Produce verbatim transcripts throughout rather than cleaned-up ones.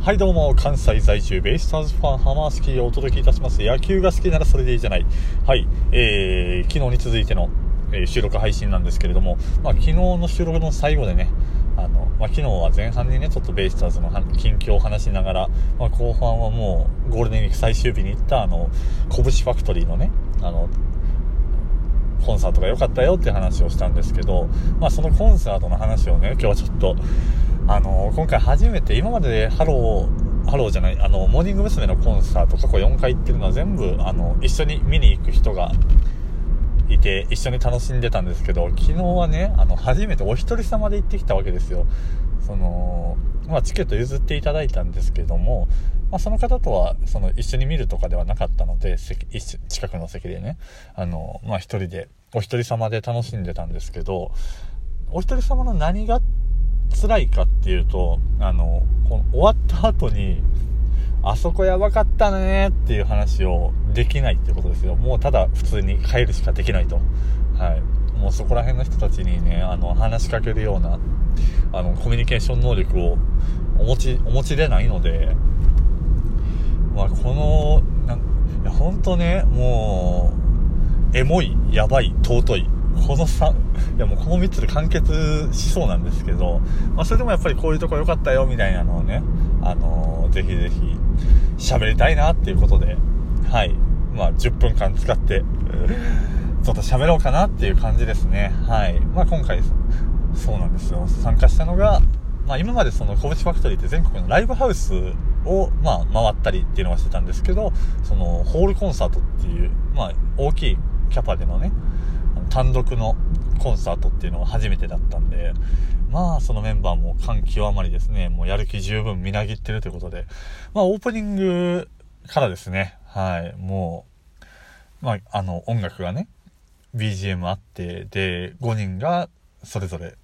はいどうも、関西在住ベイスターズファンハマースキーをお届けいたします。野球が好きならそれでいいじゃない。はい、えー、昨日に続いての、えー、収録配信なんですけれども、まあ、昨日の収録の最後でね、あの、まあ、昨日は前半にねちょっとベイスターズの近況を話しながら、まあ、後半はもうゴールデンウィーク最終日に行ったあの拳ファクトリーのねあのコンサートが良かったよっていう話をしたんですけど、まあ、そのコンサートの話をね今日はちょっとあの今回初めて、今までハローハローじゃないあのモーニング娘。のコンサート過去よんかい行ってるのは全部あの一緒に見に行く人がいて一緒に楽しんでたんですけど、昨日はねあの初めてお一人様で行ってきたわけですよ。その、まあ、チケット譲っていただいたんですけども、まあ、その方とはその一緒に見るとかではなかったので、席近くの席でねあの、まあ、一人でお一人様で楽しんでたんですけど、お一人様の何が辛いかっていうと、あのこの終わった後にあそこやばかったねっていう話をできないってことですよ。もうただ普通に帰るしかできないと。はい、もうそこら辺の人たちにねあの話しかけるようなあのコミュニケーション能力をお持ちお持ちでないので、まあ、このなんいや本当ねもうエモい、やばい、尊い、このさいやもうこのみっつで完結しそうなんですけど、まあ、それでもやっぱりこういうとこ良かったよみたいなのをねあのー、ぜひぜひ喋りたいなっていうことで、はい、まあじゅっぷんかん使ってちょっと喋ろうかなっていう感じですね。はい、まあ今回そうなんですよ、参加したのが、まあ、今までその拳ファクトリーって全国のライブハウスをまあ回ったりっていうのはしてたんですけど、そのホールコンサートっていうまあ大きいキャパでのね単独のコンサートっていうのは初めてだったんで、まあそのメンバーも感極まりですね、もうやる気十分みなぎってるということで、まあオープニングからですね、はいもうまああの音楽がね ビージーエム あって、でごにんがそれぞれ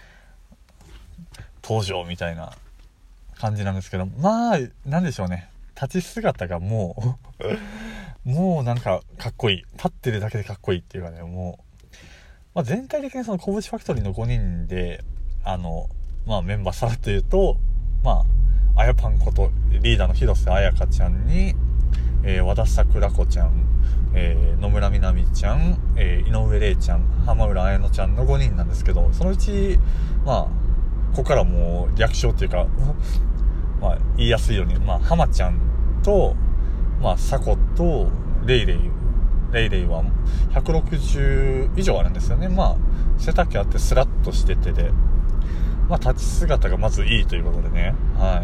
登場みたいな感じなんですけど、まあなんでしょうね、立ち姿がもうもうなんかかっこいい、立ってるだけでかっこいいっていうかね、もう、まあ、全体的にその拳ファクトリーのごにんであのまあメンバーさらっと言うと、まああやぱんことリーダーの広瀬彩香ちゃんに、えー、和田桜子ちゃん、えー、野村みなみちゃん、えー、井上玲ちゃん、浜浦彩乃ちゃんのごにんなんですけど、そのうちまあここからもう略称っていうかまあ言いやすいように、まあ浜ちゃんとまあサコとレイレイレイレイはひゃくろくじゅう以上あるんですよね。まあ背丈あってスラッとしててで、まあ立ち姿がまずいいということでね、はい、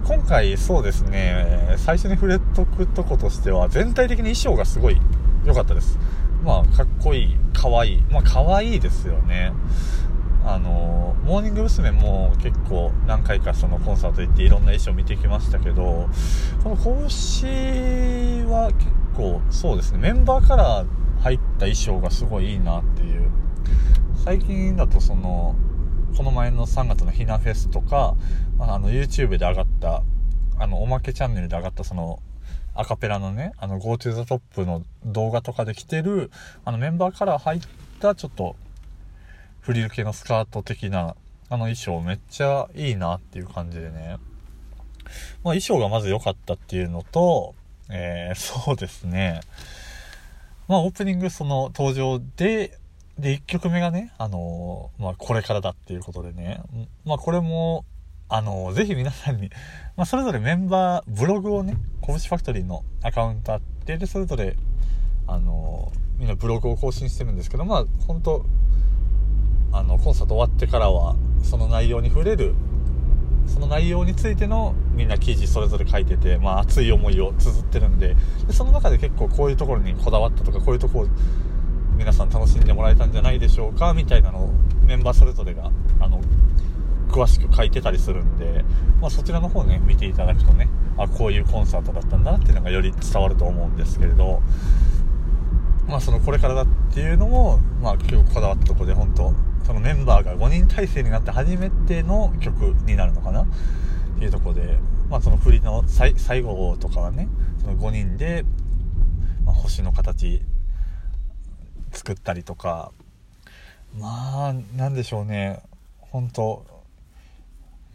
今回そうですね、最初に触れとくとことしては全体的に衣装がすごい良かったです。まあかっこいい、かわいい、まあかわいいですよね。あのモーニング娘。も結構何回かそのコンサート行っていろんな衣装見てきましたけど、この拳は結構そうですね、メンバーから入った衣装がすごいいいなっていう。最近だとそのこの前のさんがつのひなフェスとか、あの YouTube で上がったあのおまけチャンネルで上がったそのアカペラのねあの Go to the Top の動画とかで着てるあのメンバーから入ったちょっとフリル系のスカート的なあの衣装めっちゃいいなっていう感じでね、まあ、衣装がまず良かったっていうのと、えー、そうですね、まあオープニングその登場ででいっきょくめがねあのー、まあこれからだっていうことでね、まあこれもあのー、ぜひ皆さんに、まあそれぞれメンバーブログをね拳ファクトリーのアカウントあって、でそれぞれあのー、みんなブログを更新してるんですけど、まあ本当あのコンサート終わってからはその内容に触れる、その内容についてのみんな記事それぞれ書いてて、まあ熱い思いを綴ってるんで、でその中で結構こういうところにこだわったとか、こういうところを皆さん楽しんでもらえたんじゃないでしょうかみたいなのをメンバーそれぞれがあの詳しく書いてたりするんで、まあ、そちらの方ね見ていただくとね、あこういうコンサートだったんだなっていうのがより伝わると思うんですけれど、まあそのこれからだっていうのもまあ結構こだわったところで、本当そのメンバーがごにん体制になって初めての曲になるのかなっていうところで、まあその振りの最後とかはねそのごにんで、まあ、星の形作ったりとか、まあなんでしょうね、本当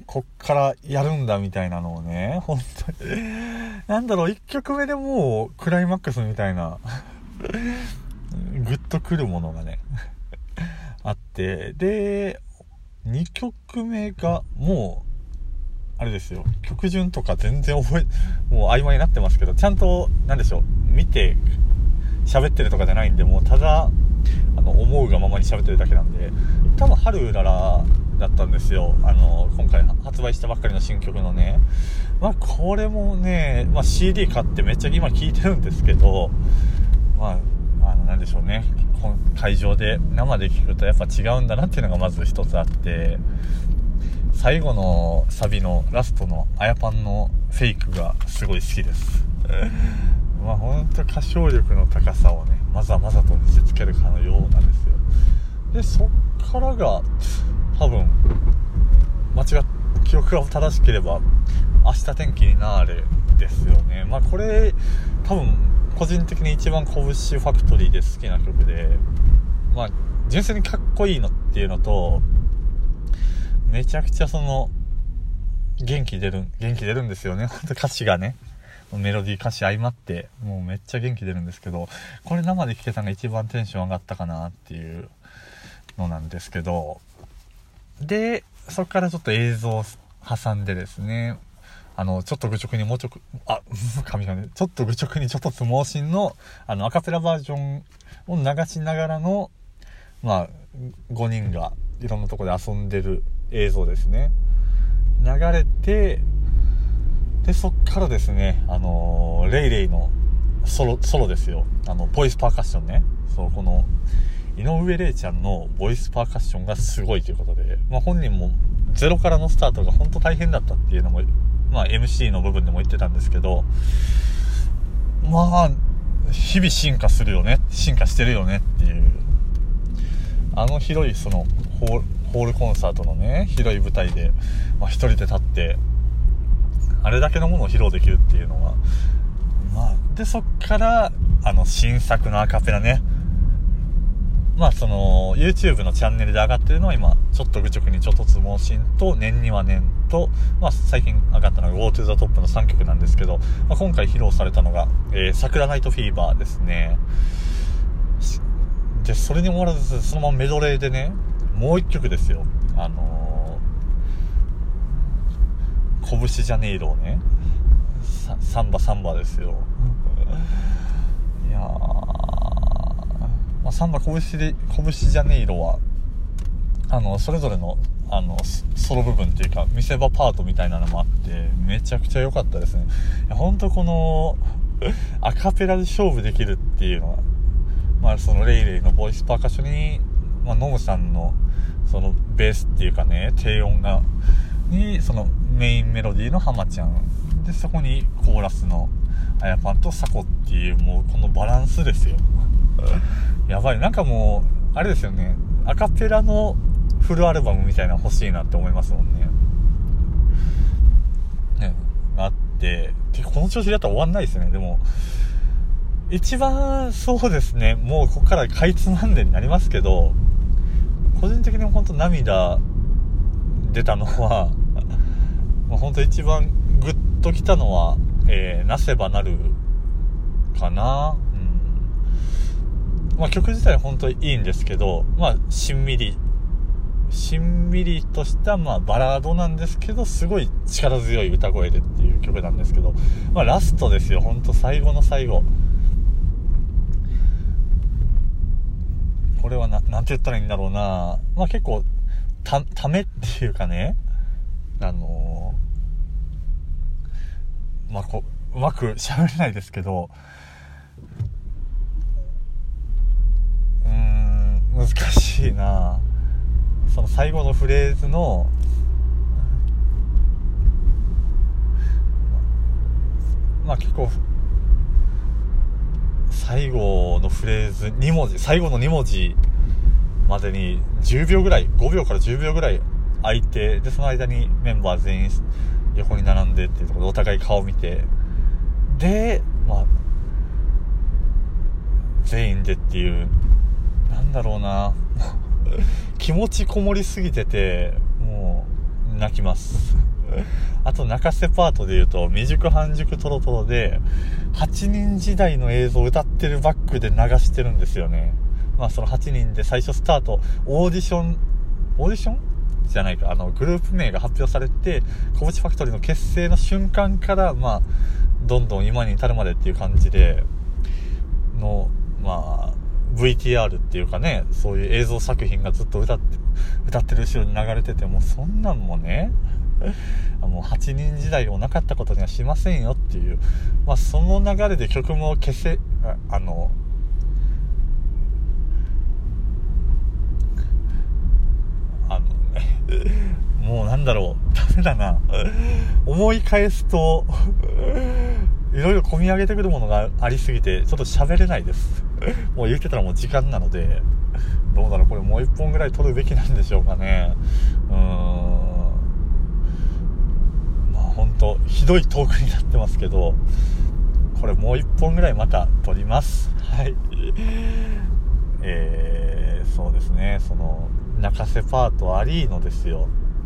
こっからやるんだみたいなのをね、本当になんだろう、いっきょくめでもうクライマックスみたいなグッとくるものがねあって、でにきょくめがもうあれですよ、曲順とか全然覚えもう曖昧になってますけど、ちゃんとなんでしょう、見て喋ってるとかじゃないんで、もうただあの思うがままに喋ってるだけなんで、多分春うららだったんですよ、あの今回発売したばっかりの新曲のね。まあこれもね、まあ、シーディー 買ってめっちゃ今聴いてるんですけど、まああのなんでしょうね、会場で生で聴くとやっぱ違うんだなっていうのがまず一つあって、最後のサビのラストのあやパンのフェイクがすごい好きですまあ本当歌唱力の高さをね、まざまざと見せつけるかのようなんですよ。でそっからが多分間違っ記憶が正しければ明日天気になれですよね。まあこれ多分個人的に一番拳ファクトリーで好きな曲で、まあ純粋にかっこいいのっていうのと、めちゃくちゃその元気出る元気出るんですよね。本当歌詞がね、メロディー歌詞相まってもうめっちゃ元気出るんですけど、これ生で聴けたのが一番テンション上がったかなっていうのなんですけど、でそこからちょっと映像を挟んでですね、あのちょっと愚直にもうちょくあ神がねちょっと愚直にちょっとつ盲信のあのアカペラバージョンを流しながらの、まあごにんがいろんなところで遊んでる映像ですね、流れて、でそっからですね、あのー、レイレイのソロソロですよ、あのボイスパーカッションね。そう、この井上玲ちゃんのボイスパーカッションがすごいということで、まあ、本人もゼロからのスタートが本当大変だったっていうのも、まあ、エムシー の部分でも言ってたんですけど、まあ日々進化するよね、進化してるよねっていう、あの広いそのホール、ホールコンサートのね広い舞台で、まあ、一人で立ってあれだけのものを披露できるっていうのは、まあでそっからあの新作のアカペラね、まあその YouTube のチャンネルで上がってるのは今ちょっと愚直にちょっとつ盲信と念には念と、まあ最近上がったのが Go to the Top のさんきょくなんですけど、まあ、今回披露されたのが、えー、桜ナイトフィーバーですね。でそれに終わらずそのままメドレーでね、もう一曲ですよ、あのー、拳ジャネイロをね、サンバサンバですよいやー、まあ、サンバ拳で拳ジャネイロはあのそれぞれのあのソロ部分っていうか見せ場パートみたいなのもあってめちゃくちゃ良かったですね。いや本当このアカペラで勝負できるっていうのは、まあそのレイレイのボイスパーカッションに、まあ、ノムさんのそのベースっていうかね低音がにそのメインメロディーのハマちゃんで、そこにコーラスのあやパンとサコっていう、もうこのバランスですよやばい、なんかもうあれですよね、アカペラのフルアルバムみたいなの欲しいなって思いますもんね。ね、あってでこの調子だったら終わんないですよね。でも一番そうですね、もうここからかいつまんでになりますけど、個人的に本当涙出たのはまあ本当一番グッときたのは、えー、なせばなるかな。うん、まあ曲自体は本当にいいんですけど、まあしんみりしんみりとしたまあバラードなんですけど、すごい力強い歌声でっていう曲なんですけど、まあラストですよ、本当最後の最後。これはな、なんて言ったらいいんだろうな。まあ結構、た、ためっていうかね、あのー、まあこう、うまく喋れないですけど、うーん、難しいな。その最後のフレーズの、まあ結構、最後のフレーズに文字、最後のに文字までにじゅうびょうぐらい、ごびょうからじゅうびょうぐらい空いて、でその間にメンバー全員横に並んでっていうところでお互い顔見て、でまあ全員でっていう、なんだろうな気持ちこもりすぎてて、もう泣きますあと中瀬パートで言うと未熟半熟トロトロではちにん時代の映像を歌ってるバックで流してるんですよね。まあそのはちにんで最初スタートオーディションオーディションじゃないかあのグループ名が発表されて小渕ファクトリーの結成の瞬間からまあどんどん今に至るまでっていう感じでのまあ ブイティーアール っていうかね、そういう映像作品がずっと歌って歌ってる後ろに流れてて、もうそんなんもねもうはちにん時代をなかったことにはしませんよっていう、まあその流れで曲も消せあ、あのあのもうなんだろう、ダメだな思い返すといろいろ込み上げてくるものがありすぎてちょっと喋れないですもう言ってたらもう時間なので、どうだろう、これもう一本ぐらい撮るべきなんでしょうかね。うーん、まあ本当ひどいトークになってますけど、これもう一本ぐらいまた撮ります。はいえー、そうですね、その中瀬パートありのですよ、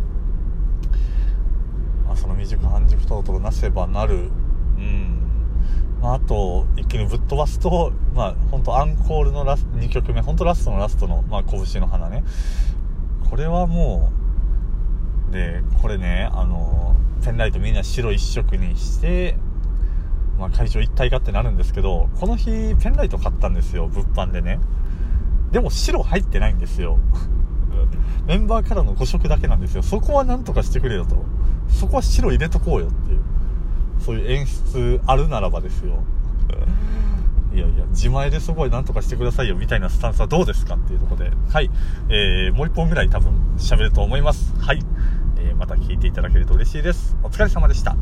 まあ、その未熟半熟トロトロなせばなる、うん、まあ、あと一気にぶっ飛ばすと、まあ本当アンコールのラスにきょくめ、本当ラストのラストの、まあ、拳の花ね、これはもうで、これね、あのペンライトみんな白一色にして、まあ、会場一体化ってなるんですけど、この日ペンライト買ったんですよ、物販でね。でも白入ってないんですよメンバーからのご色だけなんですよ。そこはなんとかしてくれよと、そこは白入れとこうよっていう、そういう演出あるならばですよいやいや自前ですごいなんとかしてくださいよみたいなスタンスはどうですかっていうところで、はい、えー、もう一本ぐらい多分喋ると思います。はい、えー、また聞いていただけると嬉しいです。お疲れ様でした。